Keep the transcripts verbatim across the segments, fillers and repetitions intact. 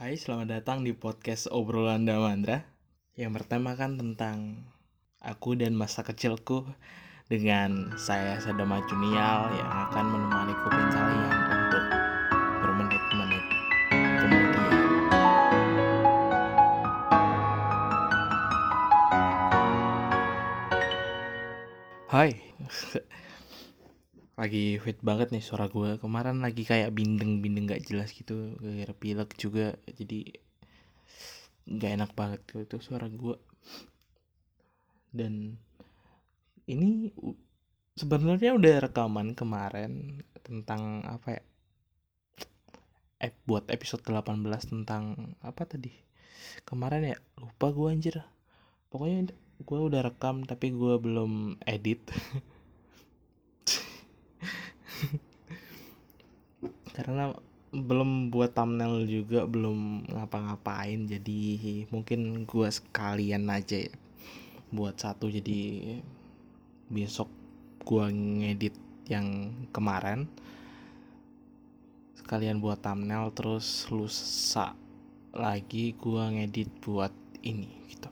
Hai, selamat datang di podcast Obrolan Damandra yang bertemakan tentang aku dan masa kecilku dengan saya Sadama Junial yang akan menemaniku pencarian untuk bermenit-menit kemudian. Hai, lagi fit banget nih suara gue. Kemarin lagi kayak bindeng-bindeng gak jelas gitu, kayak pilek juga, jadi gak enak banget itu suara gue. Dan ini sebenarnya udah rekaman kemarin tentang apa ya, eh buat episode delapan belas tentang apa tadi kemarin ya, lupa gue anjir. Pokoknya gue udah rekam tapi gue belum edit karena belum buat thumbnail juga, belum ngapa-ngapain, jadi mungkin gue sekalian aja ya buat satu, jadi besok gue ngedit yang kemarin sekalian buat thumbnail, terus lusa lagi gua ngedit buat ini gitu.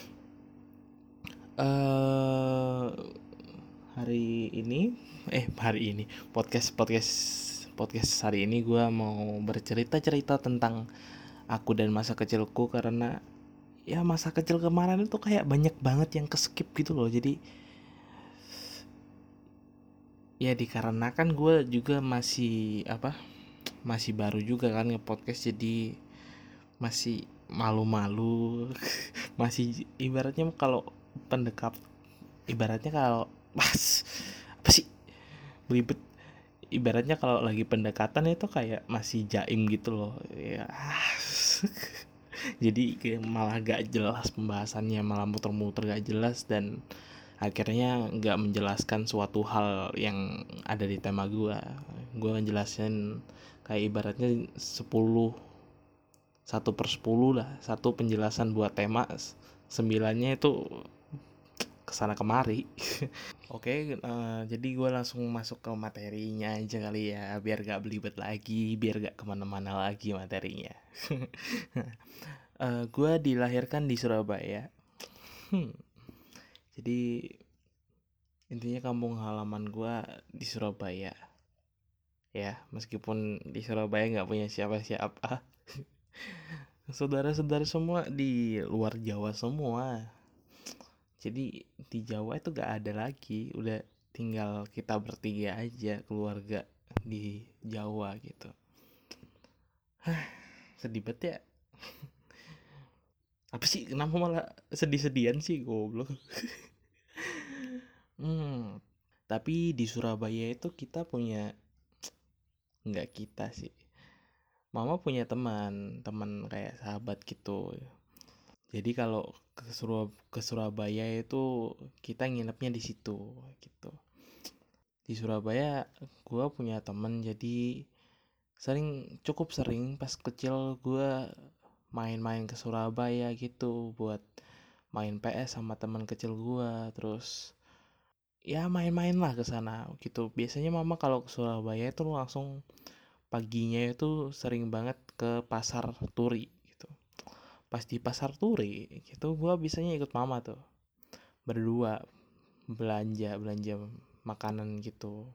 Uh, hari ini eh hari ini podcast podcast podcast hari ini gua mau bercerita cerita tentang aku dan masa kecilku, karena ya masa kecil kemarin itu kayak banyak banget yang keskip gitu loh. Jadi ya dikarenakan gue juga masih apa masih baru juga kan nge-podcast, jadi masih malu-malu. Masih ibaratnya kalau pendekat ibaratnya kalau pas apa sih belibet, ibaratnya kalau lagi pendekatan itu kayak masih jaim gitu loh ya. Jadi kayak malah gak jelas pembahasannya, malah muter-muter gak jelas, dan akhirnya gak menjelaskan suatu hal yang ada di tema gue. Gue ngejelasin kayak ibaratnya sepuluh satu per sepuluh lah, satu penjelasan buat tema, sembilannya itu kesana kemari. Oke, uh, jadi gue langsung masuk ke materinya aja kali ya, biar gak belibet lagi, biar gak kemana-mana lagi materinya. uh, gue dilahirkan di Surabaya. hmm. Jadi intinya kampung halaman gue di Surabaya ya, meskipun di Surabaya gak punya siapa-siapa. Saudara-saudara semua di luar Jawa semua. Jadi di Jawa itu gak ada lagi, udah tinggal kita bertiga aja keluarga di Jawa gitu. Hah, sedih banget ya. Apa sih, kenapa malah sedih-sedihan sih, goblok. hmm, tapi di Surabaya itu kita punya, nggak kita sih, mama punya teman, teman kayak sahabat gitu. Jadi kalau ke, Surab- ke Surabaya itu kita nginepnya di situ gitu. Di Surabaya gue punya teman, jadi sering cukup sering pas kecil gue main-main ke Surabaya gitu buat main P S sama teman kecil gue. Terus ya main-main lah ke sana gitu. Biasanya mama kalau ke Surabaya itu langsung paginya itu sering banget ke pasar Turi gitu. Pas di pasar Turi gitu gue biasanya ikut mama tuh berdua belanja belanja makanan gitu.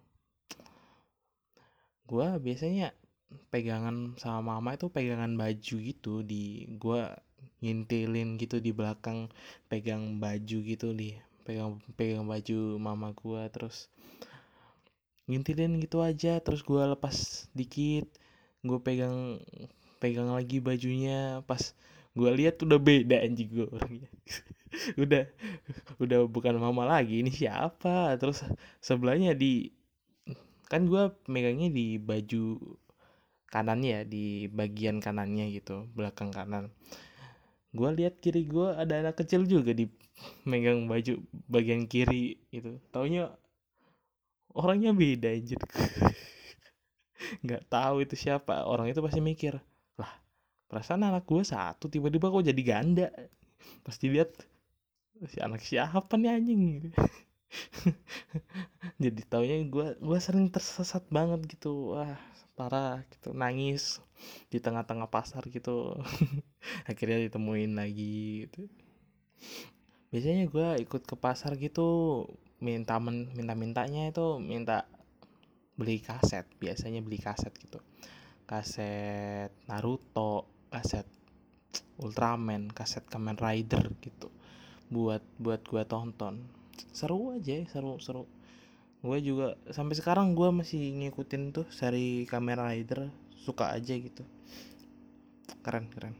Gue biasanya pegangan sama mama itu pegangan baju gitu, di gue ngintilin gitu di belakang, pegang baju gitu, di pegang pegang baju mama gue, terus ngintilin gitu aja, terus gue lepas dikit, gue pegang pegang lagi bajunya, pas gue lihat udah beda anjing gue orangnya. udah udah bukan mama lagi, ini siapa. Terus sebelahnya di, kan gue megangnya di baju kanannya ya, di bagian kanannya gitu, belakang kanan. Gue lihat kiri gue ada anak kecil juga di megang baju bagian kiri gitu. Taunya orangnya beda anjir. Nggak tahu itu siapa. Orang itu pasti mikir, lah perasaan anak gue satu, tiba-tiba kok jadi ganda. Pas dilihat, si anak siapa nih anjing. Jadi taunya gue gue sering tersesat banget gitu. Wah, parah gitu, nangis di tengah-tengah pasar gitu. Akhirnya ditemuin lagi gitu. Biasanya gue ikut ke pasar gitu, minta men, minta mintanya itu minta beli kaset, biasanya beli kaset gitu, kaset Naruto, kaset Ultraman, kaset Kamen Rider gitu, buat buat gue tonton. Seru aja, seru seru. Gue juga sampai sekarang gue masih ngikutin tuh seri Kamen Rider, suka aja gitu, keren keren.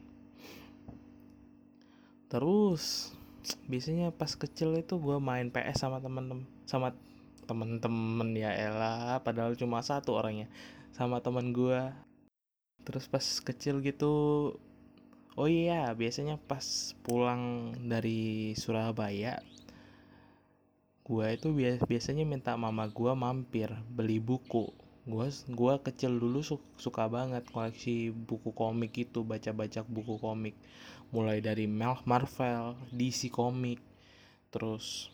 Terus biasanya pas kecil itu gue main P S sama temen-temen, sama temen-temen ya elah, padahal cuma satu orangnya, sama temen gue. Terus pas kecil gitu, oh iya biasanya pas pulang dari Surabaya, gue itu biasanya minta mama gue mampir beli buku. Gue gua kecil dulu suka banget koleksi buku komik itu, baca-baca buku komik, mulai dari Marvel, D C komik, terus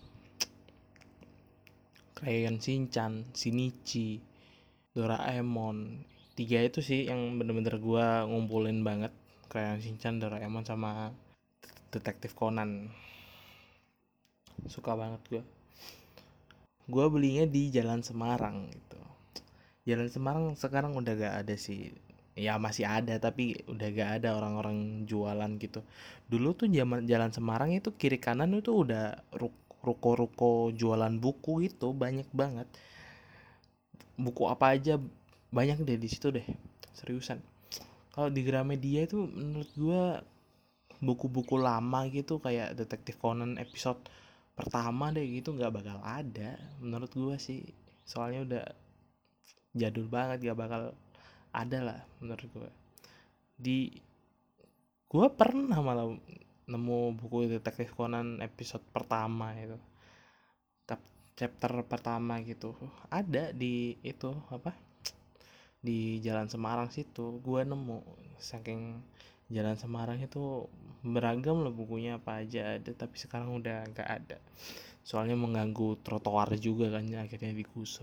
Crayon Shinchan, Shinichi, Doraemon. Tiga itu sih yang bener-bener gue ngumpulin banget, Crayon Shinchan, Doraemon, sama Detektif Conan. Suka banget gue. Gue belinya di Jalan Semarang gitu. Jalan Semarang sekarang udah gak ada sih. Ya masih ada tapi udah gak ada orang-orang jualan gitu. Dulu tuh zaman Jalan Semarang itu kiri kanan itu udah ruko-ruko jualan buku gitu, banyak banget. Buku apa aja banyak deh di situ deh. Seriusan. Kalau di Gramedia itu menurut gue buku-buku lama gitu kayak Detektif Conan episode pertama deh gitu nggak bakal ada menurut gue sih, soalnya udah jadul banget, gak bakal ada lah menurut gue. Di gue pernah malah nemu buku Detektif Conan episode pertama itu, chapter pertama gitu, ada di itu apa, di Jalan Semarang situ gue nemu. Saking Jalan Semarang itu beragam loh bukunya, apa aja ada, tapi sekarang udah gak ada soalnya mengganggu trotoar juga kan, akhirnya digusur.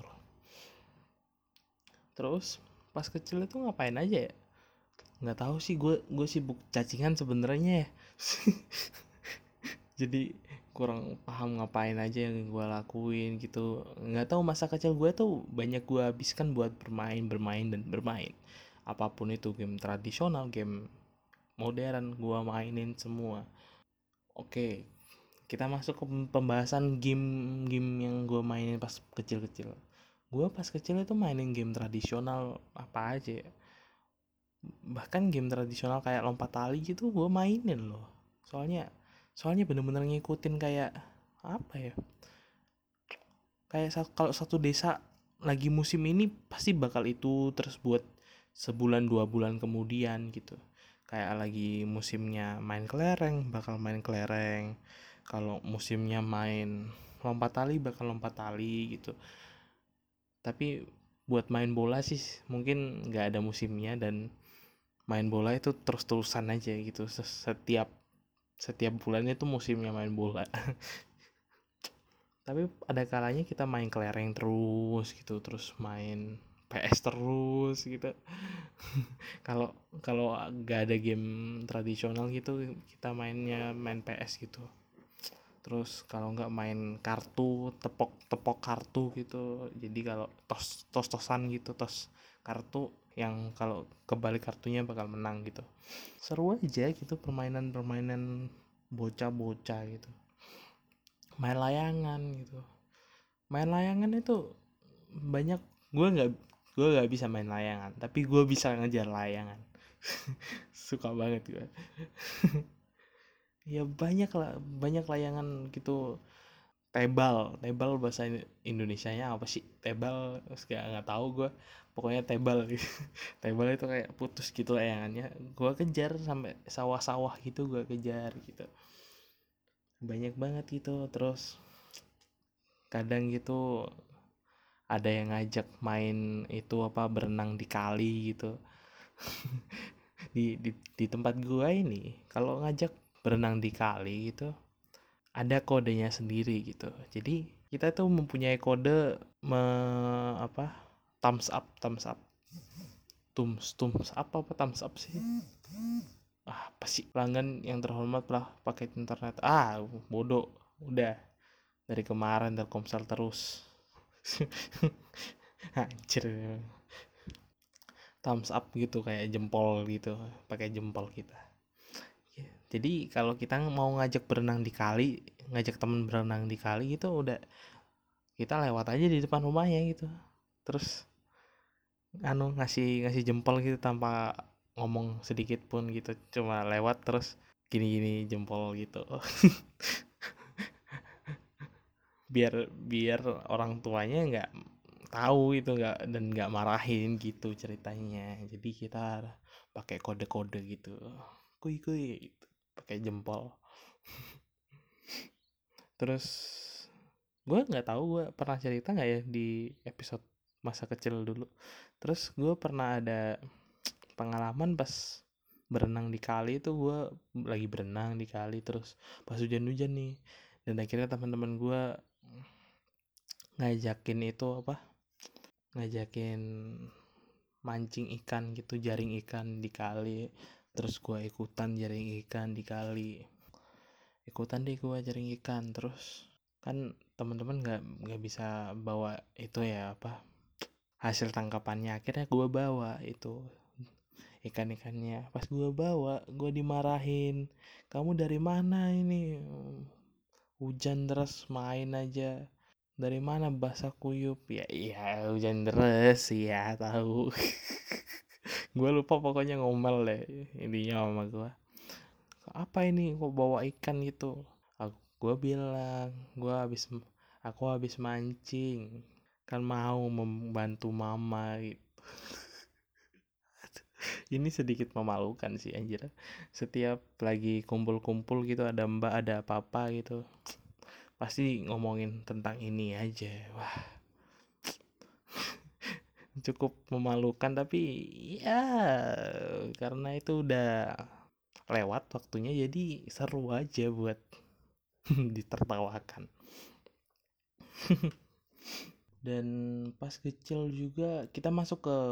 Terus pas kecil itu ngapain aja ya, nggak tahu sih, gue gue sibuk cacingan sebenarnya ya. Jadi kurang paham ngapain aja yang gue lakuin gitu. Nggak tahu, masa kecil gue tuh banyak gue habiskan buat bermain bermain dan bermain, apapun itu, game tradisional, game modern, gue mainin semua. Oke, kita masuk ke pembahasan game-game yang gue mainin pas kecil-kecil. Gue pas kecil itu mainin game tradisional apa aja ya. Bahkan game tradisional kayak lompat tali gitu gue mainin loh. Soalnya soalnya bener-bener ngikutin kayak apa ya, kayak kalau satu desa lagi musim ini pasti bakal itu terus buat sebulan dua bulan kemudian gitu. Kayak lagi musimnya main kelereng bakal main kelereng, kalau musimnya main lompat tali bakal lompat tali gitu. Tapi buat main bola sih mungkin nggak ada musimnya, dan main bola itu terus-terusan aja gitu, setiap setiap bulannya tuh musimnya main bola. Tapi ada kalanya kita main kelereng terus gitu, terus main P S terus gitu. Kalau kalau gak ada game tradisional gitu, kita mainnya main P S gitu. Terus kalau nggak main kartu, tepok tepok kartu gitu. Jadi kalau tos tos tosan gitu, tos kartu yang kalau kebalik kartunya bakal menang gitu. Seru aja gitu permainan-permainan bocah-bocah gitu. Main layangan gitu. Main layangan itu banyak, gue nggak gue nggak bisa main layangan, tapi gue bisa ngejar layangan. Suka banget gue. Ya banyak lah, banyak layangan gitu. Tebal, tebal bahasa Indonesianya apa sih? Tebal, nggak nggak tahu gue. Pokoknya tebal gitu. Tebal itu kayak putus gitu layangannya. Gue kejar sampai sawah-sawah gitu, gue kejar gitu. Banyak banget gitu. Terus kadang gitu ada yang ngajak main itu apa, berenang di kali gitu. di, di di tempat gue ini kalau ngajak berenang di kali gitu ada kodenya sendiri gitu. Jadi kita tuh mempunyai kode me, apa thumbs up thumbs up tums tums apa apa thumbs up sih, ah, apa sih, pelanggan yang terhormat lah paket internet, ah bodoh, udah dari kemarin Telkomsel terus. Anjir, thumbs up gitu kayak jempol gitu, pakai jempol kita. Jadi kalau kita mau ngajak berenang di kali, ngajak temen berenang di kali gitu, udah kita lewat aja di depan rumahnya gitu, terus anu ngasih ngasih jempol gitu tanpa ngomong sedikit pun gitu, cuma lewat terus gini-gini jempol gitu. biar biar orang tuanya nggak tahu itu, nggak, dan nggak marahin gitu ceritanya. Jadi kita pakai kode-kode gitu, kuy kuy gitu, pakai jempol. Terus gue nggak tahu gue pernah cerita nggak ya di episode masa kecil dulu. Terus gue pernah ada pengalaman pas berenang di kali itu, gue lagi berenang di kali terus pas hujan-hujan nih, dan akhirnya teman-teman gue ngajakin itu apa, ngajakin mancing ikan gitu, jaring ikan di kali. Terus gue ikutan jaring ikan di kali, ikutan deh gue jaring ikan. Terus kan teman-teman nggak nggak bisa bawa itu ya apa, hasil tangkapannya. Akhirnya gue bawa itu ikan-ikannya. Pas gue bawa, gue dimarahin, kamu dari mana ini, hujan deras main aja, dari mana basah kuyup. Ya iya hujan deras ya tahu. Gue lupa pokoknya ngomel deh intinya sama gue, apa ini kok bawa ikan gitu. Aku gue bilang gue habis aku habis mancing, kan mau membantu mama gitu. Ini sedikit memalukan sih anjir, setiap lagi kumpul-kumpul gitu ada mbak ada apa-apa gitu pasti ngomongin tentang ini aja. Wah, cukup memalukan, tapi ya karena itu udah lewat waktunya jadi seru aja buat ditertawakan. Dan pas kecil juga kita masuk ke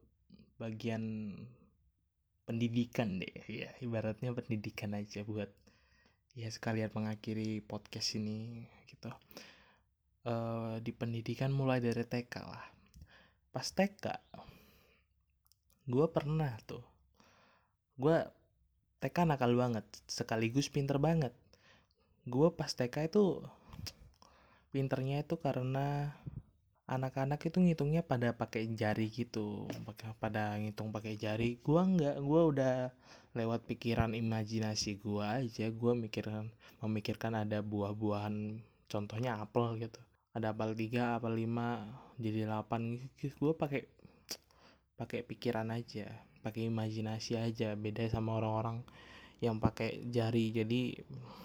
bagian pendidikan deh ya, ibaratnya pendidikan aja buat ya sekalian mengakhiri podcast ini gitu. Uh, di pendidikan mulai dari T K lah. Pas T K gue pernah tuh, gue T K nakal banget sekaligus pinter banget. Gue pas T K itu pinternya itu karena anak-anak itu ngitungnya pada pakai jari gitu, pada ngitung pakai jari. Gua enggak, gua udah lewat pikiran imajinasi gua aja. Gua mikirkan memikirkan ada buah-buahan, contohnya apel gitu, ada apel tiga, apel lima jadi delapan. Gua pakai pakai pikiran aja, pakai imajinasi aja. Beda sama orang-orang yang pakai jari. Jadi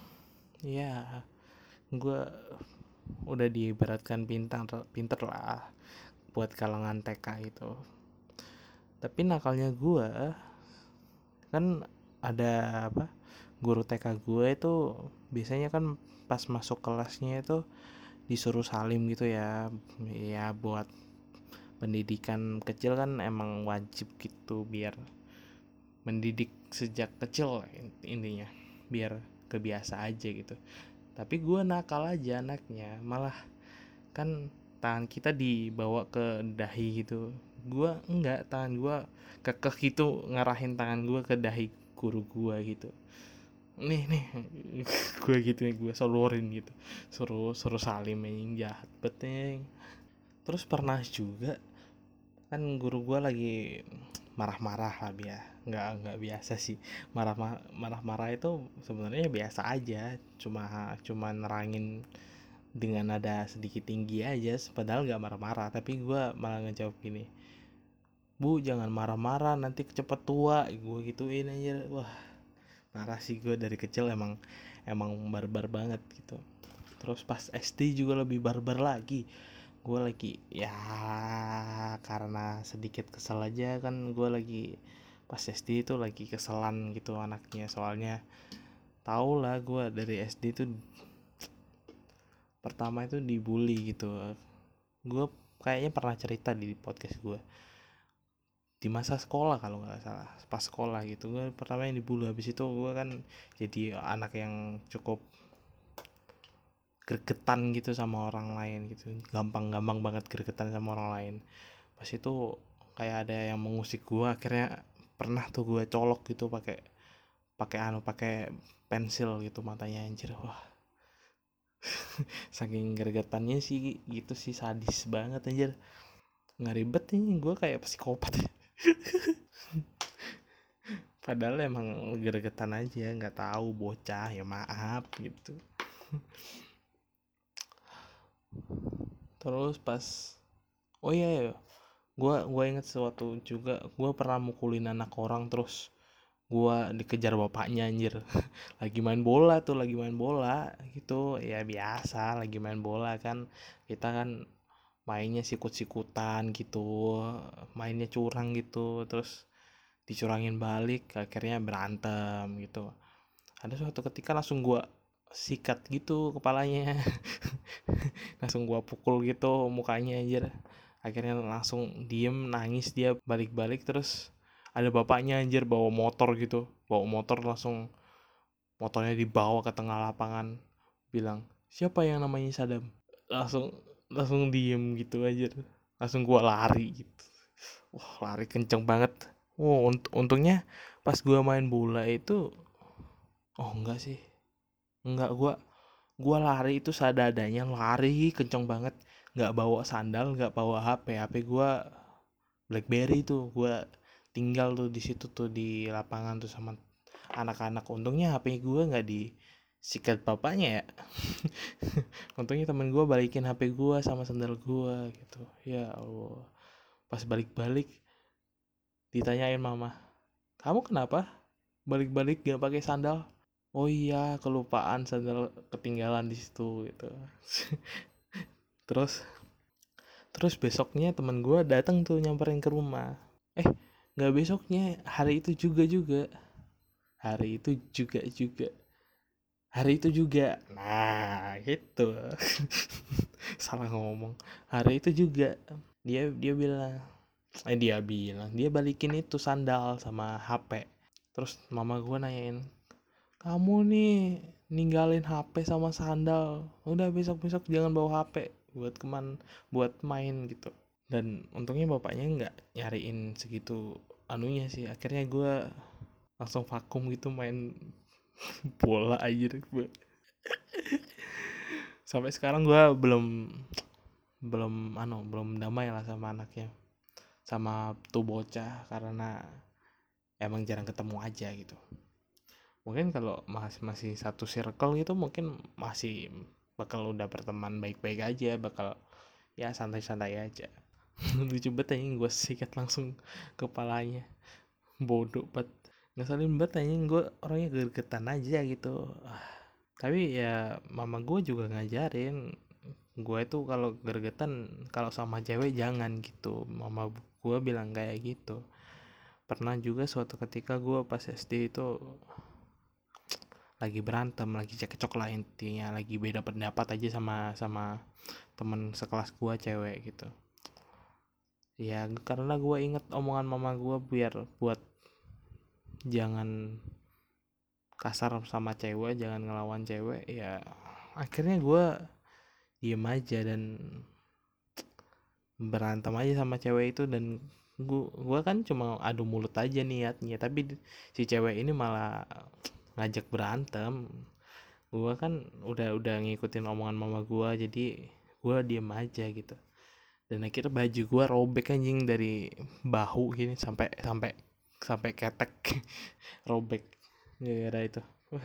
ya gua udah diibaratkan pintar pinter lah buat kalangan T K itu. Tapi nakalnya gue kan ada apa, guru T K gue itu biasanya kan pas masuk kelasnya itu disuruh salim gitu ya. Ya buat pendidikan kecil kan emang wajib gitu, biar mendidik sejak kecil intinya, biar kebiasa aja gitu. Tapi gue nakal aja anaknya, malah kan tangan kita dibawa ke dahi gitu. Gue enggak, tangan gue kekeh gitu ngarahin tangan gue ke dahi guru gue gitu. Nih nih, gue gitu nih, gue solorin gitu, suruh suruh salim yang jahat beteng. Terus pernah juga kan guru gue lagi marah-marah lah, ya nggak nggak biasa sih, marah marah-marah itu sebenarnya biasa aja, cuma cuma nerangin dengan nada sedikit tinggi aja, padahal nggak marah-marah. Tapi gue malah ngejawab gini, bu jangan marah-marah nanti cepet tua, gue gituin aja. Wah marah sih gue, dari kecil emang emang barbar banget gitu. Terus pas S D juga lebih barbar lagi. Gue lagi ya karena sedikit kesel aja kan, gue lagi pas S D itu lagi keselan gitu anaknya. Soalnya tau lah gue dari S D tuh pertama itu dibully gitu. Gue kayaknya pernah cerita di podcast gue, di masa sekolah kalau nggak salah, pas sekolah gitu gue pertama yang dibully. Habis itu gue kan jadi anak yang cukup gregetan gitu sama orang lain gitu, gampang-gampang banget gregetan sama orang lain. Pas itu kayak ada yang mengusik gue, akhirnya pernah tuh gue colok gitu pakai pakai anu pakai pensil gitu matanya, anjir. Wah, saking gregetannya sih gitu sih, sadis banget anjir. Nggak ribet nih, gue kayak psikopat. Padahal emang gregetan aja, nggak tahu bocah, ya maaf gitu. Terus pas, oh iya ya, gue gue inget sesuatu juga, gue pernah mukulin anak orang, terus gue dikejar bapaknya anjir. Lagi main bola tuh, lagi main bola gitu ya, biasa lagi main bola kan, kita kan mainnya sikut-sikutan gitu, mainnya curang gitu, terus dicurangin balik, akhirnya berantem gitu. Ada suatu ketika langsung gua sikat gitu kepalanya. Langsung gua pukul gitu mukanya anjir. Akhirnya langsung diem, nangis dia, balik-balik. Terus ada bapaknya anjir bawa motor gitu, bawa motor langsung, motornya dibawa ke tengah lapangan, bilang siapa yang namanya Sadam. Langsung langsung diem gitu aja, langsung gua lari gitu. Wah, lari kenceng banget. Oh, unt- untungnya pas gua main bola itu, oh enggak sih, enggak, gua gua lari itu sadadanya, lari kenceng banget, nggak bawa sandal, nggak bawa H P. H P gua BlackBerry tuh, gua tinggal tuh di situ tuh di lapangan tuh sama anak-anak. Untungnya H P gua nggak disikat bapaknya ya. Untungnya temen gua balikin H P gua sama sandal gua gitu. Ya Allah, pas balik-balik ditanyain mama, kamu kenapa balik-balik gak pakai sandal? Oh iya, kelupaan, sandal ketinggalan di situ gitu. Terus terus besoknya teman gue datang tuh nyamperin ke rumah. Eh, nggak besoknya, hari itu juga juga. Hari itu juga juga. Hari itu juga. Nah, gitu. Salah ngomong. Hari itu juga. Dia dia bilang, eh dia bilang, dia balikin itu sandal sama H P. Terus mama gue nanyain, kamu nih ninggalin H P sama sandal, udah besok-besok jangan bawa H P buat keman buat main gitu. Dan untungnya bapaknya nggak nyariin segitu anunya sih, akhirnya gue langsung vakum gitu main bola aja gue. Sampai sekarang gue belum belum anu belum damai lah sama anaknya, sama tuh bocah, karena emang jarang ketemu aja gitu. Mungkin kalau masih masih satu circle gitu mungkin masih bakal udah berteman baik-baik aja, bakal ya santai-santai aja. Lucu banget anjing, gue sikat langsung kepalanya, bodoh banget, ngeselin banget anjing, gue orangnya gergetan aja gitu. Tapi ya mama gue juga ngajarin gue itu kalau gergetan, kalau sama cewek jangan gitu, mama gue bilang kayak gitu. Pernah juga suatu ketika gue pas S D itu lagi berantem, lagi cekcok lah, intinya lagi beda pendapat aja sama sama temen sekelas gue cewek gitu. Ya karena gue inget omongan mama gue biar buat jangan kasar sama cewek, jangan ngelawan cewek, ya akhirnya gue diem aja dan berantem aja sama cewek itu. Dan gue gue kan cuma adu mulut aja niatnya, tapi si cewek ini malah ngajak berantem. Gue kan udah udah ngikutin omongan mama gue, jadi gue diem aja gitu. Dan akhirnya baju gue robek anjing, dari bahu gini sampai sampai sampai ketek. Robek gara-gara itu.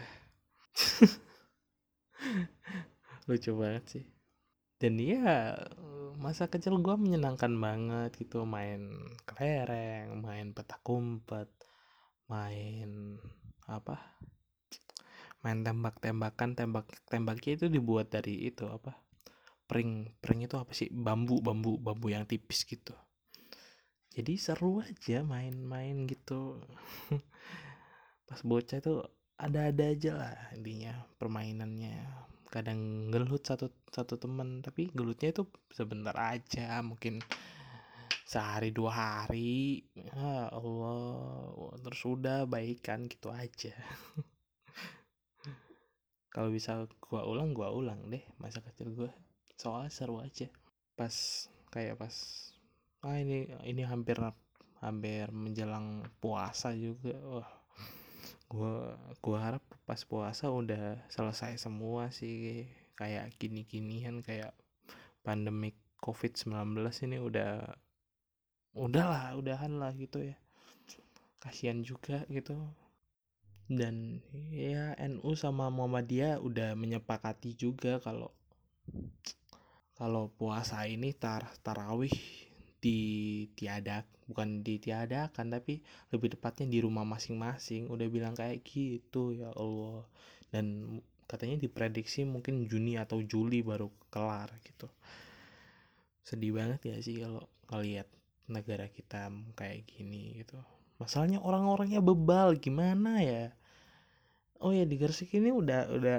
Lucu banget sih. Dan dia, masa kecil gue menyenangkan banget gitu, main kelereng, main petak umpet, main apa, main tembak-tembakan. Tembak tembaknya itu dibuat dari itu apa, pring pring itu apa sih, bambu bambu bambu yang tipis gitu. Jadi seru aja main-main gitu. Pas bocah itu ada-ada aja lah intinya permainannya. Kadang gelut satu satu teman, tapi gelutnya itu sebentar aja, mungkin sehari dua hari, ya Allah, terus udah baikan gitu aja. Kalau bisa gua ulang, gua ulang deh masa kecil gua, soalnya seru aja. Pas kayak pas ah ini ini hampir hampir menjelang puasa juga, wah gua gua harap pas puasa udah selesai semua sih, kayak gini-ginian, kayak pandemik covid sembilan belas ini udah udahlah udahan lah gitu ya, kasihan juga gitu. Dan ya N U sama Muhammadiyah udah menyepakati juga kalau kalau puasa ini tar tarawih ditiadak bukan ditiadakan tapi lebih tepatnya di rumah masing-masing, udah bilang kayak gitu. Ya Allah, dan katanya diprediksi mungkin Juni atau Juli baru kelar gitu. Sedih banget ya sih kalau ngelihat negara kita kayak gini gitu. Masalahnya orang-orangnya bebal gimana ya. Oh ya, di Gresik ini udah udah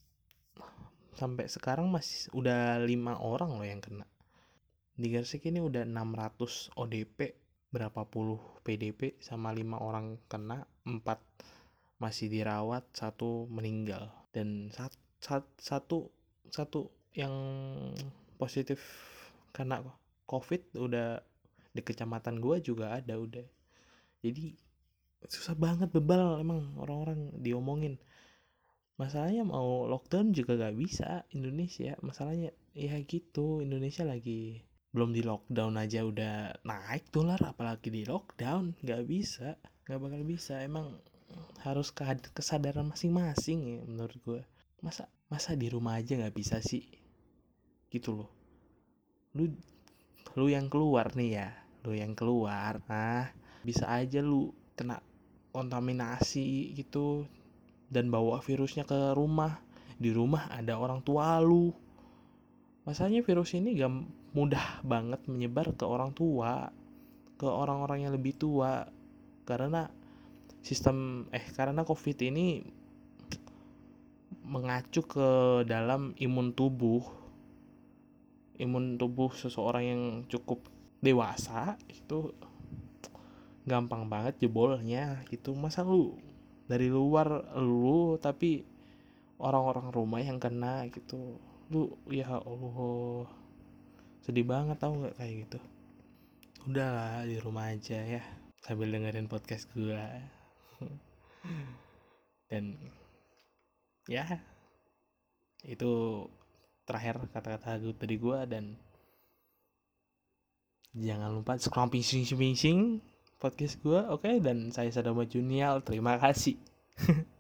sampai sekarang masih udah lima orang loh yang kena. Di Gresik ini udah enam ratus O D P, berapa puluh P D P, sama lima orang kena, empat masih dirawat, satu meninggal. Dan sat, sat, satu satu yang positif karena COVID udah di kecamatan gua juga ada udah. Jadi susah banget bebal emang orang-orang diomongin. Masalahnya mau lockdown juga gak bisa Indonesia. Masalahnya ya gitu, Indonesia lagi belum di lockdown aja udah naik dolar, apalagi di lockdown. Gak bisa, gak bakal bisa. Emang harus kesadaran masing-masing ya menurut gue. Masa masa di rumah aja gak bisa sih gitu loh. Lu lu yang keluar nih ya, lu yang keluar, nah bisa aja lu kena kontaminasi gitu dan bawa virusnya ke rumah. Di rumah ada orang tua lu. Masalahnya virus ini gak mudah banget menyebar ke orang tua, ke orang-orang yang lebih tua, karena sistem eh karena COVID ini mengacu ke dalam imun tubuh imun tubuh seseorang yang cukup dewasa itu gampang banget jebolnya gitu. Masa lu dari luar lu tapi orang-orang rumah yang kena gitu, lu ya Allah, sedih banget tau nggak kayak gitu. Udahlah di rumah aja ya sambil dengerin podcast gue. Dan ya itu terakhir kata-kata gue dari gue. Dan jangan lupa scroll pising pising podcast gue, oke okay? Dan saya Sadama Junial, terima kasih.